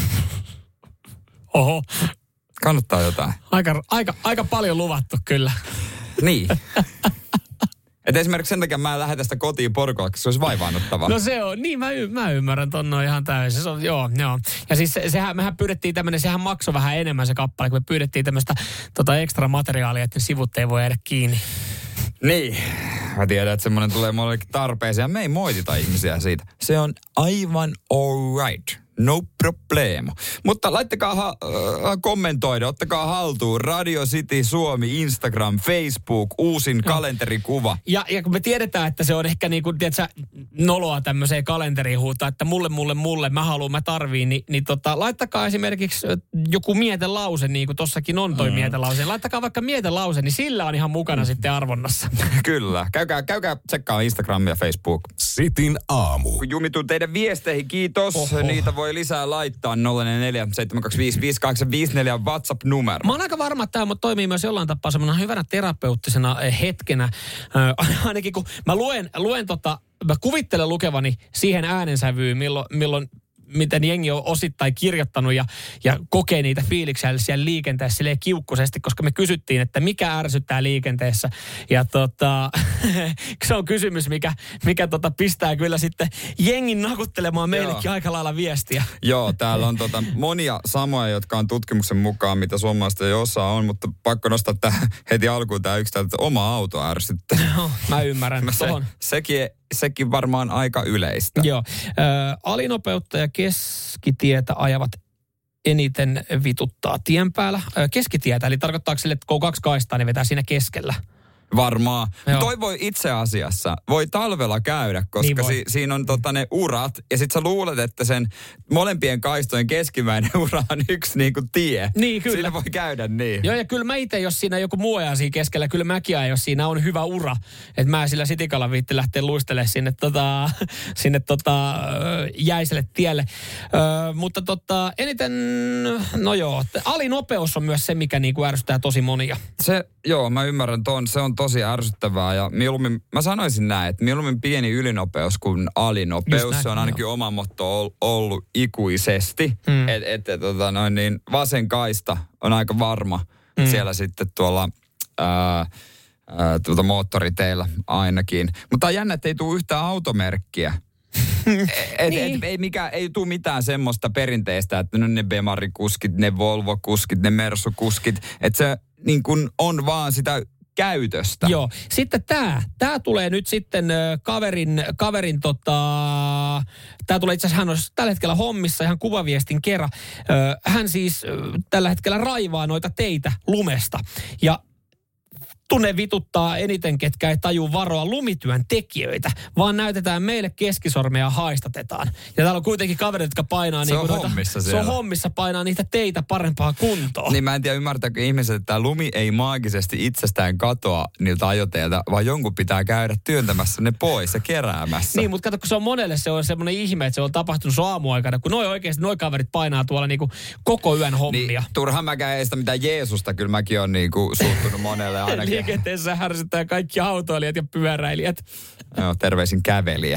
Oho. Kannattaa jotain. Aika, aika, aika paljon luvattu kyllä. Niin. Että esimerkiksi sen takia mä en lähetä sitä kotiin porukalle, koska se olisi vaivaannuttavaa. No se on, niin mä, y- mä ymmärrän ton noin ihan täysin. Se on, joo, joo. Ja siis se, sehän, mehän pyydettiin tämmöinen, sehän maksoi vähän enemmän se kappale, kun me pyydettiin tämmöistä tota ekstra materiaalia, että sivut ei voi jäädä kiinni. Niin. Mä tiedän, että semmoinen tulee mollekin tarpeeseen ja me ei moitita ihmisiä siitä. Se on aivan all right. No problemo. Mutta laittakaa ha- äh, kommentoida, ottakaa haltuun Radio City Suomi, Instagram, Facebook, uusin no. kalenterikuva. Ja, ja kun me tiedetään, että se on ehkä niin kuin, tiedätkö, noloa tämmöiseen kalenteriin huutaa, että mulle, mulle, mulle, mä haluan, mä tarviin, niin, niin tota, laittakaa esimerkiksi joku mietelause, niin kuin tossakin on toi mm. mietelause. Laittakaa vaikka mietelause, niin sillä on ihan mukana mm. sitten arvonnassa. Kyllä. Käykää, käykää tsekkaa Instagram ja Facebook. Sitin aamu. Jumitun teidän viesteihin, kiitos. Oho. Niitä voi lisää laittaa nolla neljä seitsemän kaksi viisi viisi kahdeksan viisi neljä WhatsApp-numero. Mä oon aika varma, että tämä toimii myös jollain tapaa semmoinen hyvänä terapeuttisena hetkenä. Äh, ainakin kun mä luen, luen tota, mä kuvittelen lukevani siihen äänensävyyn, milloin, milloin miten jengi on osittain kirjoittanut ja, ja kokee niitä fiiliksiä siellä liikenteessä silleen kiukkuisesti, koska me kysyttiin, että mikä ärsyttää liikenteessä. Ja tota, se on kysymys, mikä, mikä tota pistää kyllä sitten jengin nakuttelemaan meillekin Joo. aika lailla viestiä. Joo, täällä on tota monia samoja, jotka on tutkimuksen mukaan, mitä suomalaista ei osaa on, mutta pakko nostaa tää heti alkuun tämä yksi, että oma auto ärsyttää. No, mä ymmärrän. Se, sekin Sekin varmaan aika yleistä. Joo. Ö, alinopeutta ja keskitietä ajavat eniten vituttaa tien päällä. Ö, keskitietä, eli tarkoittaako sille, että kun on kaksi kaistaa, niin vetää siinä keskellä? Varmaan. Joo. Toi voi itse asiassa, voi talvella käydä, koska Niin voi. si, siinä on tota ne urat. Ja sit sä luulet, että sen molempien kaistojen keskimmäinen ura on yksi niinku tie. Niin, kyllä. Siinä voi käydä niin. Joo, ja kyllä mä itse, jos siinä joku muu ajaa siinä keskellä, kyllä mäkin ajan, jos siinä on hyvä ura. Että mä sillä sitikalla viitti lähteä luistelemaan sinne, tota, sinne tota, jäiselle tielle. Ö, mutta tota, eniten, no joo, alinopeus on myös se, mikä niinku ärsyttää tosi monia. Se, joo, mä ymmärrän ton. Se on tosi ärsyttävää ja mieluummin, mä sanoisin näin, että mieluummin pieni ylinopeus kuin alinopeus. Näin, se on ainakin joo. oma motto ollut ikuisesti. Hmm. Että et, tota, noin niin, vasen kaista on aika varma hmm. siellä sitten tuolla ää, ää, tuolta moottoriteillä ainakin. Mutta on jännä, että ei tule yhtään automerkkiä. et, niin. et, ei, mikä, ei tule mitään semmoista perinteistä, että no ne Bemari-kuskit, ne Volvo-kuskit, ne Mersu-kuskit, että se niin kuin on vaan sitä käytöstä. Joo. Sitten tämä. Tämä tulee nyt sitten ö, kaverin, kaverin tota, tämä tulee itse asiassa, hän on tällä hetkellä hommissa ihan kuvaviestin kerran. Ö, hän siis ö, tällä hetkellä raivaa noita teitä lumesta. Ja tunne vituttaa eniten, ketkä ei tajuu varoa lumityön tekijöitä, vaan näytetään meille keskisormea ja haistatetaan. Ja täällä on kuitenkin kaverit, jotka painaa... Se niin on noita, hommissa se siellä. on hommissa, painaa niitä teitä parempaa kuntoon. Niin mä en tiedä, ymmärtääkö ihmiset, että tämä lumi ei maagisesti itsestään katoa niiltä ajoteilta, vaan jonkun pitää käydä työntämässä ne pois ja keräämässä. Niin, mutta kato, kun se on monelle se on semmoinen ihme, että se on tapahtunut sun aamuaikana, kun noi oikeasti, noi kaverit painaa tuolla niinku koko yön hommia. Niin, turhaan mäkään ei sitä mitään Jeesusta, kyllä mäkin on niinku suuttunut monelle ainakin. Liikenteessä härsyttää kaikki autoilijat ja pyöräilijät. Joo, terveisin kävelijä.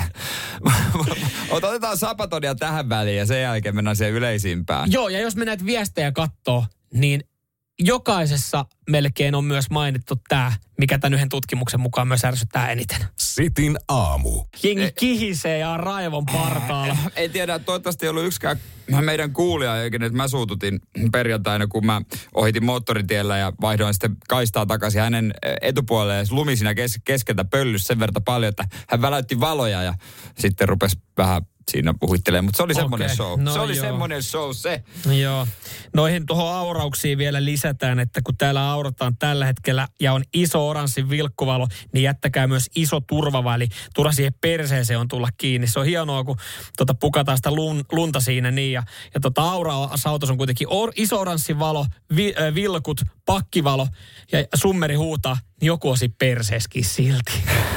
Otetaan Sapatonia tähän väliin ja sen jälkeen mennään siihen yleisimpään. Joo, ja jos me näitä viestejä katsoo, niin jokaisessa melkein on myös mainittu tämä, mikä tämän yhden tutkimuksen mukaan myös ärsyttää eniten. Sitin aamu. Jengi kihisee ja raivon partaalla. En tiedä, toivottavasti ei ollut yksikään meidän kuulija, eikä nyt mä suututin perjantaina, kun mä ohitin moottoritiellä ja vaihdoin sitten kaistaa takaisin hänen etupuolelle. Lumi siinä kes- keskeltä pöllys sen verran paljon, että hän väläytti valoja ja sitten rupesi vähän siinä puhuittelee, mutta se oli semmoinen Okei, show. no se oli joo. semmoinen show se. Joo. Noihin tuohon aurauksiin vielä lisätään, että kun täällä aurataan tällä hetkellä ja on iso oranssi vilkkuvalo, niin jättäkää myös iso turvaväli. Turha siihen perseeseen on tulla kiinni. Se on hienoa, kun tota pukataan sitä lun, lunta siinä niin. Ja, ja tota aura-autos on kuitenkin or, iso oranssi valo, vi, äh, vilkut, pakkivalo ja summeri huutaa, niin joku on siinä perseeskin silti.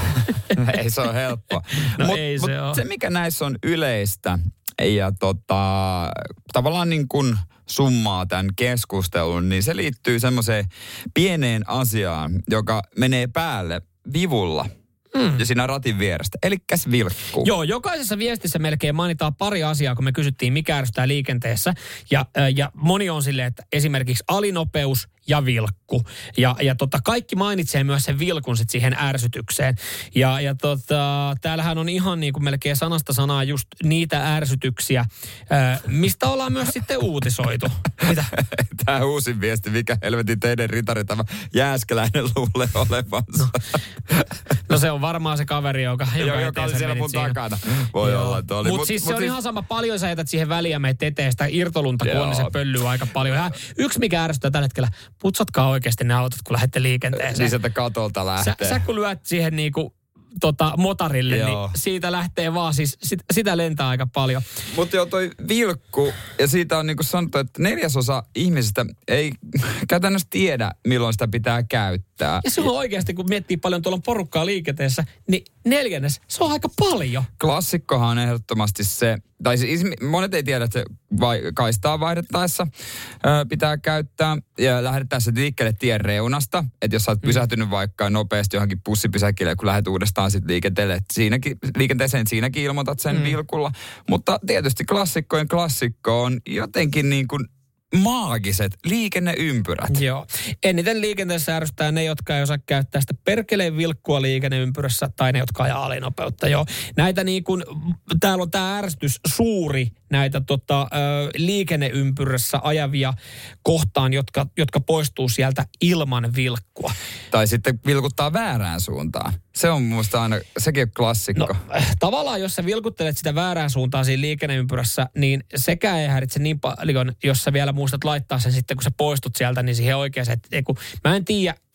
Ei se ole helppoa. No mut, ei mut se ole. Se, mikä näissä on yleistä ja tota, tavallaan niin kuin summaa tämän keskustelun, niin se liittyy semmoiseen pieneen asiaan, joka menee päälle vivulla. Mm. Ja siinä ratin vierestä. Elikkäs vilkkuu. Joo, jokaisessa viestissä melkein mainitaan pari asiaa, kun me kysyttiin, mikä ärsyttää liikenteessä. Ja, ja moni on silleen, että esimerkiksi alinopeus ja vilkku. Ja, ja tota, kaikki mainitsee myös sen vilkun sit siihen ärsytykseen. Ja, ja tota, täällähän on ihan niin kuin melkein sanasta sanaa just niitä ärsytyksiä, ää, mistä ollaan myös sitten uutisoitu. Mitä? Tämä uusin viesti, mikä helvetin teidän ritari tämä Jääskeläinen luulee olevansa. No, no se on varmaan se kaveri, joka, joka, Joo, joka oli siellä mun siinä takana. Voi Joo. olla, että oli. Mutta Mut, siis mut se on siis... ihan sama, paljon sä jätät siihen väliä meitä eteen sitä irtolunta, kun Joo. on, niin se pöllyy aika paljon. Ja yksi, mikä ärsyttää tällä hetkellä, putsatkaa oikeasti ne autot, kun lähdette liikenteeseen. Niin sieltä katolta lähtee. Sä, sä kun lyöt siihen niinku tota, motarille, Joo. niin siitä lähtee vaan, siis sit, sitä lentää aika paljon. Mutta joo, toi vilkku, ja siitä on niinku sanottu, että neljäsosa ihmisistä ei käytännössä tiedä, milloin sitä pitää käyttää. Ja silloin oikeasti, kun miettii paljon tuolla porukkaa liikenteessä, niin neljännes, se on aika paljon. Klassikkohan on ehdottomasti se, tai siis monet ei tiedä, että se vai, kaistaa vaihdettaessa ö, pitää käyttää ja lähdettäessä liikkeelle tien reunasta. Että jos sä oot pysähtynyt vaikka nopeasti johonkin bussipysäkille, kun lähdet uudestaan sitten liikenteelle, että siinäkin, liikenteeseen siinäkin ilmoitat sen mm. vilkulla. Mutta tietysti klassikkojen klassikko on jotenkin niin kuin maagiset liikenneympyrät. Joo. Eniten liikenteessä ärsyttää ne, jotka ei osaa käyttää sitä perkeleen vilkkua liikenneympyrässä, tai ne, jotka ajaa alinopeutta. Joo. Näitä niin kuin, täällä on tämä ärsytys suuri näitä tota, ö, liikenneympyrässä ajavia kohtaan, jotka, jotka poistuu sieltä ilman vilkkua. Tai sitten vilkuttaa väärään suuntaan. Se on mun mielestä aina, sekin on klassikko. No, tavallaan, jos sä vilkuttelet sitä väärään suuntaan siinä liikenneympyrässä, niin sekään ei häiritse niin paljon, jos sä vielä muistat laittaa sen sitten, kun sä poistut sieltä, niin siihen oikeaan. Mä en tiedä,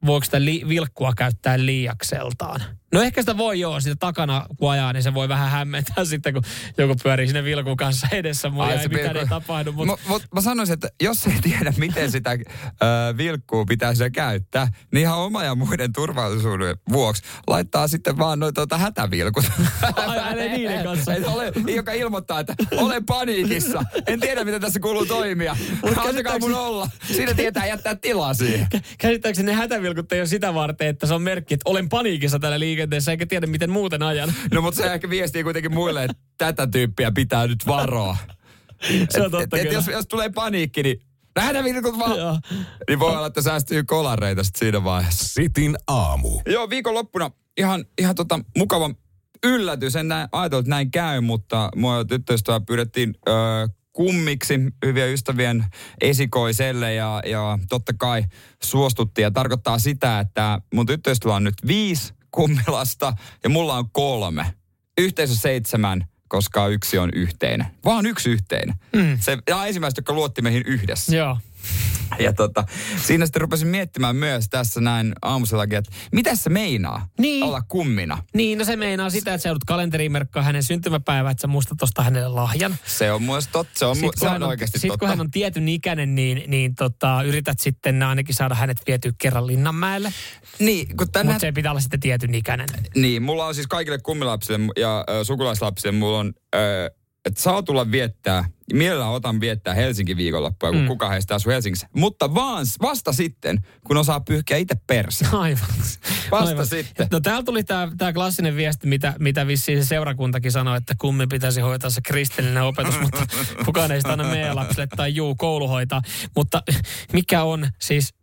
voiko sitä li- vilkkua käyttää liiakseltaan. No ehkä sitä voi joo, sitä takana kun ajaa, niin se voi vähän hämmentää sitten, kun joku pyörii sinne vilkun kanssa edessä. Mulla Ai, ei mitään vilku... ei tapahdu. Mutta... Mut, mut, mä sanoisin, että jos ei tiedä, miten sitä äh, vilkkua pitää sitä käyttää, niin ihan oma ja muiden turvallisuuden vuoksi laittaa sitten vaan noita tuota hätävilkut. Ai, niiden kanssa. Ole, joka ilmoittaa, että olen paniikissa. En tiedä, miten tässä kuuluu toimia. Antakaa mun olla. Siinä tietää jättää tilaa siihen. Käsittääkseni ne hätävilkut ei ole sitä varten, että se on merkki, että olen paniikissa tällä liikenteessä, eikä tiedä, miten muuten ajan. No, mutta se ehkä viestii kuitenkin muille, että tätä tyyppiä pitää nyt varoa. Se on totta et, et jos, jos tulee paniikki, niin hätävilkut vaan. Niin voi olla, että säästyy kolareita sitten siinä vaiheessa. Sitin aamu. Joo, viikonloppuna ihan, ihan tota mukava yllätys. En näin, ajatellut, että näin käy, mutta mua tyttöystävää pyydettiin öö, kummiksi hyviä ystävien esikoiselle ja, ja totta kai suostuttiin. Ja tarkoittaa sitä, että mun tyttöystävä on nyt viisi kummilasta ja mulla on kolme. Yhteensä seitsemän, koska yksi on yhteinen. Vaan yksi yhteinen. Mm. Se on ensimmäistä, joka luotti meihin yhdessä. Joo. Ja tota, siinä sitten rupesin miettimään myös tässä näin aamusellakin, että mitä se meinaa niin. olla kummina? Niin, no se meinaa sitä, että sä joudut kalenteriin merkkaa hänen syntymäpäivää, että sä muistat ostaa hänelle lahjan. Se on myös totta, se on, mu- se on oikeasti sit, totta. Sitten kun hän on tietyn ikäinen, niin, niin tota, yrität sitten ainakin saada hänet vietyä kerran Linnanmäelle. Niin, kun tänään... Mutta se pitää olla sitten tietyn ikäinen. Niin, mulla on siis kaikille kummilapsille ja äh, sukulaislapsille, mulla on... Äh, että saa tulla viettää, mielellään otan viettää Helsingin viikonloppua, kun mm. kuka heistä asuu Helsingissä. Mutta vaan, vasta sitten, kun osaa pyyhkiä itse perse. Aivan. Vasta Aivan. sitten. No täällä tuli tämä klassinen viesti, mitä, mitä vissiin se seurakuntakin sanoi, että kummin pitäisi hoitaa se kristillinen opetus, mutta kukaan ei sitä anna meidän lapsille tai juu, koulu hoitaa. Mutta mikä on siis,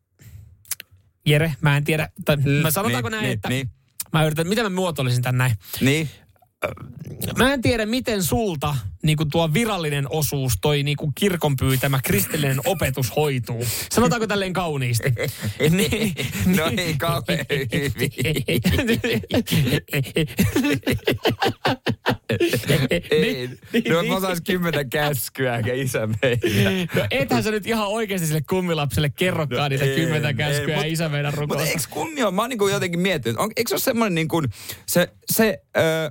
Jere, mä en tiedä, tai mm, mä sanotaanko niin, näin, niin, että niin. mä yritän, miten mä muotoilisin tän näin. Niin. Mä en tiedä, miten sulta niin kuin tuo virallinen osuus, toi niin kuin kirkon pyytämä kristillinen opetus hoituu. Sanotaanko tälleen kauniisti? niin, no ei kauhean hyvin. No mä osais kymmentä käskyä, eikä isä meidän. No ethän sä nyt ihan oikeasti sille kummilapselle kerrokaan no, niitä ei, kymmentä käskyä ei, ja isä meidän rukousta. Mutta eikö kummi ole? Mä oon niin jotenkin miettinyt, on, eikö se ole semmoinen niin kuin, se, se, ö,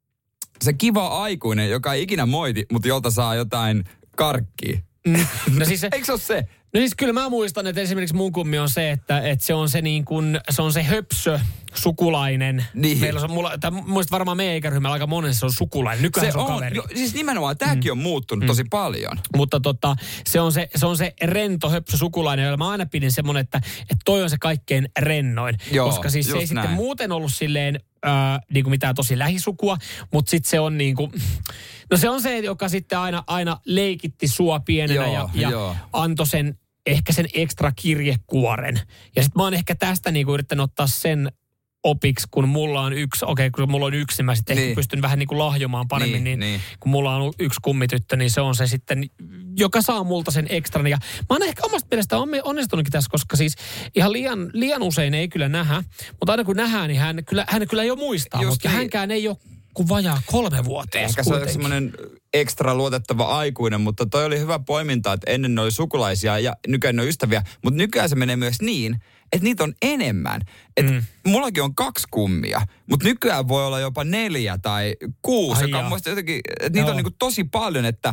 se kiva aikuinen, joka ei ikinä moiti, mutta jolta saa jotain karkkia. Mm. No siis se, eikö se ole se? No siis kyllä mä muistan, että esimerkiksi mun kummi on se, että, että se on se niin kuin, se on se höpsö sukulainen. Niin. Meillä on, mulla, tai muista varmaan meidän ikäryhmällä aika monessa se on sukulainen. Nykyään se, se on, on kaveri. Jo, siis nimenomaan, tämäkin mm. on muuttunut mm. tosi paljon. Mutta tota, se on se, se on se rento höpsö sukulainen, jolla mä aina pidin semmoinen, että, että toi on se kaikkein rennoin. Joo, koska siis se ei näin. Sitten muuten ollut silleen, Äh, niin kuin mitään tosi lähisukua, mutta sitten se on niin kuin, no se on se, joka sitten aina, aina leikitti sua pienenä joo, ja, ja antoi sen, ehkä sen ekstra kirjekuoren. Ja sitten mä oon ehkä tästä niin kuin yrittänyt ottaa sen opiksi, kun mulla on yksi, okei, okay, kun mulla on yksi, niin mä sitten niin. ehkä pystyn vähän niin kuin lahjomaan paremmin, niin, niin, niin kun mulla on yksi kummityttö, niin se on se sitten, joka saa multa sen ekstran. Ja mä oon ehkä omasta mielestä onnistunutkin tässä, koska siis ihan liian, liian usein ei kyllä nähdä, mutta aina kun nähdään, niin hän kyllä, hän kyllä jo muistaa, just mutta niin. hänkään ei ole kuin vajaa kolme vuotta. Ehkä se on semmoinen ekstra luotettava aikuinen, mutta toi oli hyvä poiminta, että ennen ne oli sukulaisia ja nykyään ne on ystäviä, mutta nykyään se menee myös niin, että niitä on enemmän. Että mm. mullakin on kaksi kummia, mutta nykyään voi olla jopa neljä tai kuusi, Ai joka on muista jotenkin, että niitä on niinku tosi paljon, että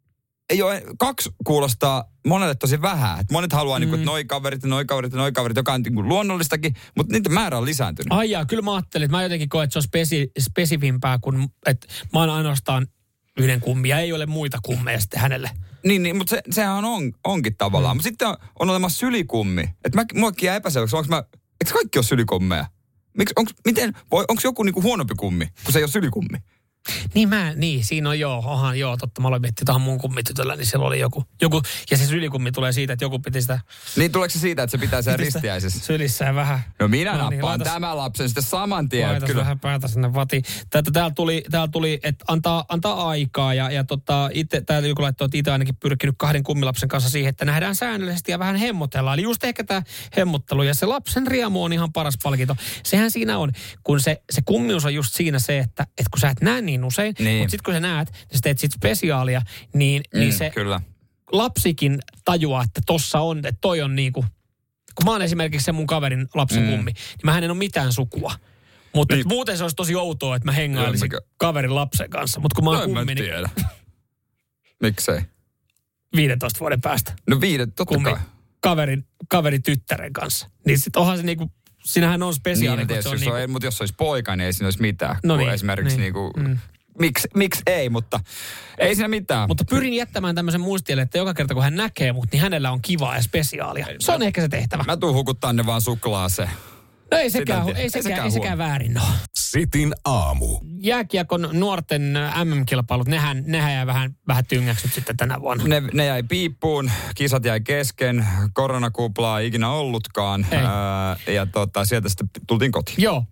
ei ole, kaksi kuulostaa monelle tosi vähän. Että monet haluaa, mm. niinku, että noi kaverit, noi kaverit, noi kaverit, joka on niinku luonnollistakin, mutta niiden määrä on lisääntynyt. Ai jaa, kyllä mä ajattelin, että mä jotenkin koen, että se on spesi, spesifimpää, kun että mä oon ainoastaan yhden kummia, ei ole muita kummeja sitten hänelle. Niin, niin mutta se, sehän on, onkin tavallaan. Mm. Mutta sitten on, on olemassa sylikummi. Että mä, muakin jää epäselväksi, onko mä, eikö kaikki ole sylikummeja? Miksi, onko, miten, voi, onko joku niinku huonompi kummi, kun se ei ole sylikummi? Niin mä, niin, siinä on joo, ohan joo, totta. Mä aloin miettiä tuohon mun kummitytöllä, niin siellä oli joku, joku, ja se sylikummi tulee siitä, että joku piti sitä... Niin tuleeko se siitä, että se pitää siellä ristiäisessä? Sylissään vähän. No minä no nappaan niin, laitas, tämän lapsen sitten saman tien. Laitas kyllä. vähän päätä sinne vatiin. Täältä, täällä tuli, täällä tuli että antaa, antaa aikaa, ja, ja tota, itse, täällä joku laittoi, että itse ainakin pyrkinyt kahden kummilapsen kanssa siihen, että nähdään säännöllisesti ja vähän hemmotellaan. Eli just ehkä tämä hemmottelu, ja se lapsen riemu on ihan paras palkinto. Sehän siinä on, kun se, se kummius on just siinä se, että, että kun sä et näe niin usein, niin. Mutta sitten kun sä näet, niin sä teet sit spesiaalia, niin, mm, niin se kyllä. lapsikin tajuaa, että tossa on, että toi on niinku, kun mä oon esimerkiksi se mun kaverin lapsen mm. mummi, niin mähän en ole mitään sukua. Mutta niin. muuten se olisi tosi outoa, että mä hengailisin Jommikä. kaverin lapsen kanssa. Mutta kun mä oon no, kummi, niin... Miksei? viidentoista vuoden päästä. No viiden, totta kummi, kai. Kaverin, kaverin tyttären kanssa. Niin sit onhan se niinku, sinähän on spesiaali. Niin, se on jos niinku... on, mutta jos olisi poika, niin ei siinä olisi mitään. No niin, esimerkiksi niin. niinku... Mm. Miksi miks ei, mutta ei siinä mitään. Mutta pyrin jättämään tämmöisen muistielle, että joka kerta kun hän näkee mut, niin hänellä on kivaa ja spesiaalia. Se on mä, ehkä se tehtävä. Mä tuun hukuttaa ne vaan suklaaseen. No ei sekään, ei, ei, sekään, ei sekään väärin ole. Sitin aamu. Jääkiekon nuorten M M-kilpailut, nehän, nehän jäi vähän, vähän tyngäksyt sitten tänä vuonna. Ne, ne jäi piippuun, kisat jäi kesken, koronakuplaa ei ikinä ollutkaan. Ää, ja tota, sieltä sitten tultiin kotiin. Joo,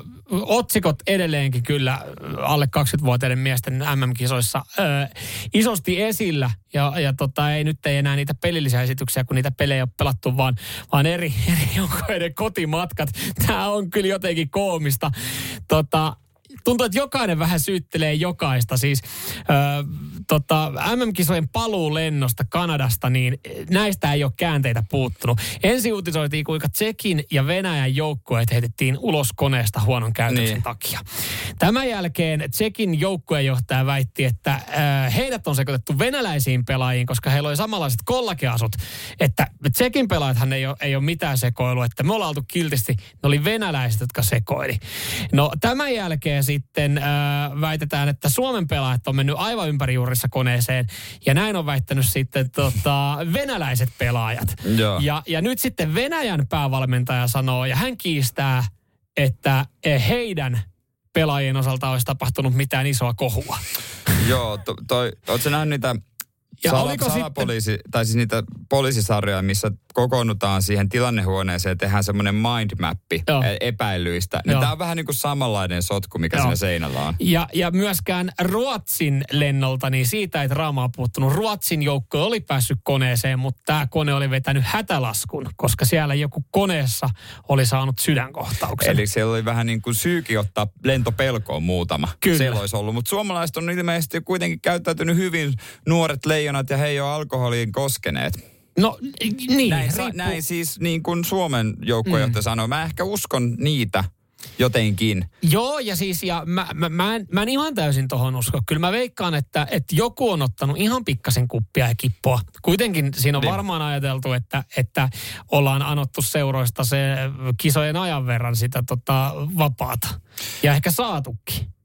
otsikot edelleenkin kyllä alle kaksikymmentävuotiaiden miesten M M-kisoissa ö, isosti esillä. Ja, ja tota, ei nyt ei enää niitä pelillisiä esityksiä, kun niitä pelejä ole pelattu, vaan, vaan eri, eri joukkoiden kotimatkat. Tämä on kyllä jotenkin koomista. Tota, tuntuu, että jokainen vähän syyttelee jokaista. Siis ö, tota, M M-kisojen paluulennosta Kanadasta, niin näistä ei ole käänteitä puuttunut. Ensin uutisoitiin, kuinka Tšekin ja Venäjän joukkueet heitettiin ulos koneesta huonon käytöksen niin. takia. Tämän jälkeen Tšekin joukkuejohtaja väitti, että ö, heidät on sekoitettu venäläisiin pelaajiin, koska heillä oli samanlaiset kollakeasut. Että Tšekin pelaajathan ei ole, ei ole mitään sekoilua, että me ollaan oltu kiltisti, ne oli venäläiset, jotka sekoili. No tämän jälkeen sitten äh, väitetään, että Suomen pelaajat on mennyt aivan ympärijuurissa koneeseen. Ja näin on väittänyt sitten tota, venäläiset pelaajat. Ja, ja nyt sitten Venäjän päävalmentaja sanoo, ja hän kiistää, että heidän pelaajien osalta olisi tapahtunut mitään isoa kohua. Joo, to, toi, ootko nähnyt niitä ja sala, oliko salapoliisi, sitten... tai siis niitä poliisisarjoja, missä kokoonnutaan siihen tilannehuoneeseen ja tehdään semmoinen mindmappi Joo. epäilyistä. Niin tämä on vähän niin kuin samanlainen sotku, mikä Joo. siinä seinällä on. Ja, ja myöskään Ruotsin lennolta, niin siitä ei draamaa puuttunut. Ruotsin joukko oli päässyt koneeseen, mutta tämä kone oli vetänyt hätälaskun, koska siellä joku koneessa oli saanut sydänkohtauksen. Eli siellä oli vähän niin kuin syykin ottaa lentopelkoon muutama. Kyllä. Siellä olisi ollut, mutta suomalaiset on ilmeisesti kuitenkin käyttäytynyt hyvin, nuoret leijonat, ja he ei ole alkoholiin koskeneet. No niin. Näin, sa, näin siis niin kuin Suomen joukkojohtaja mm. sanoi. Mä ehkä uskon niitä jotenkin. Joo, ja siis ja mä, mä, mä, en, mä en ihan täysin tohon usko. Kyllä mä veikkaan, että, että joku on ottanut ihan pikkasen kuppia ja kippoa. Kuitenkin siinä on niin. varmaan ajateltu, että, että ollaan anottu seuroista se kisojen ajan verran sitä tota, vapaata. Ja ehkä saatukin.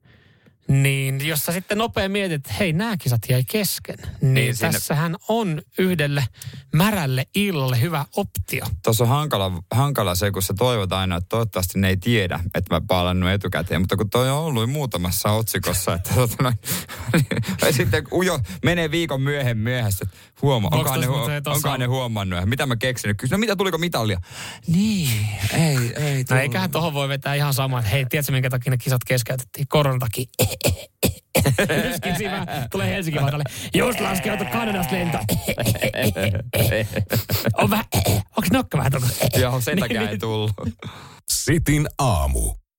Niin, jos sä sitten nopea mietit, että hei, nämä kisat jäi kesken, niin, niin tässähän on yhdelle märälle illalle hyvä optio. Tuossa on hankala, hankala se, kun sä toivot aina, että toivottavasti ne ei tiedä, että mä palannut etukäteen. Mutta kun toi on ollut muutamassa otsikossa, että ja sitten ujo menee viikon myöhemmin myöhässä, että huoma, onkaan ne, onkaan ne huomannut, mitä mä keksin. No mitä, tuliko mitalia? Niin, ei, ei. No eiköhän tohon voi vetää ihan sama, että hei, tiedätkö minkä takia ne kisat keskeytettiin? Koronan takia. Yskin siinä tulee Helsingin vaatalle. Just laskeutu Kanadasta lento. On vähän, onks nokka vähän tullut? Joo, sen takia ei tullut. Sitin aamu.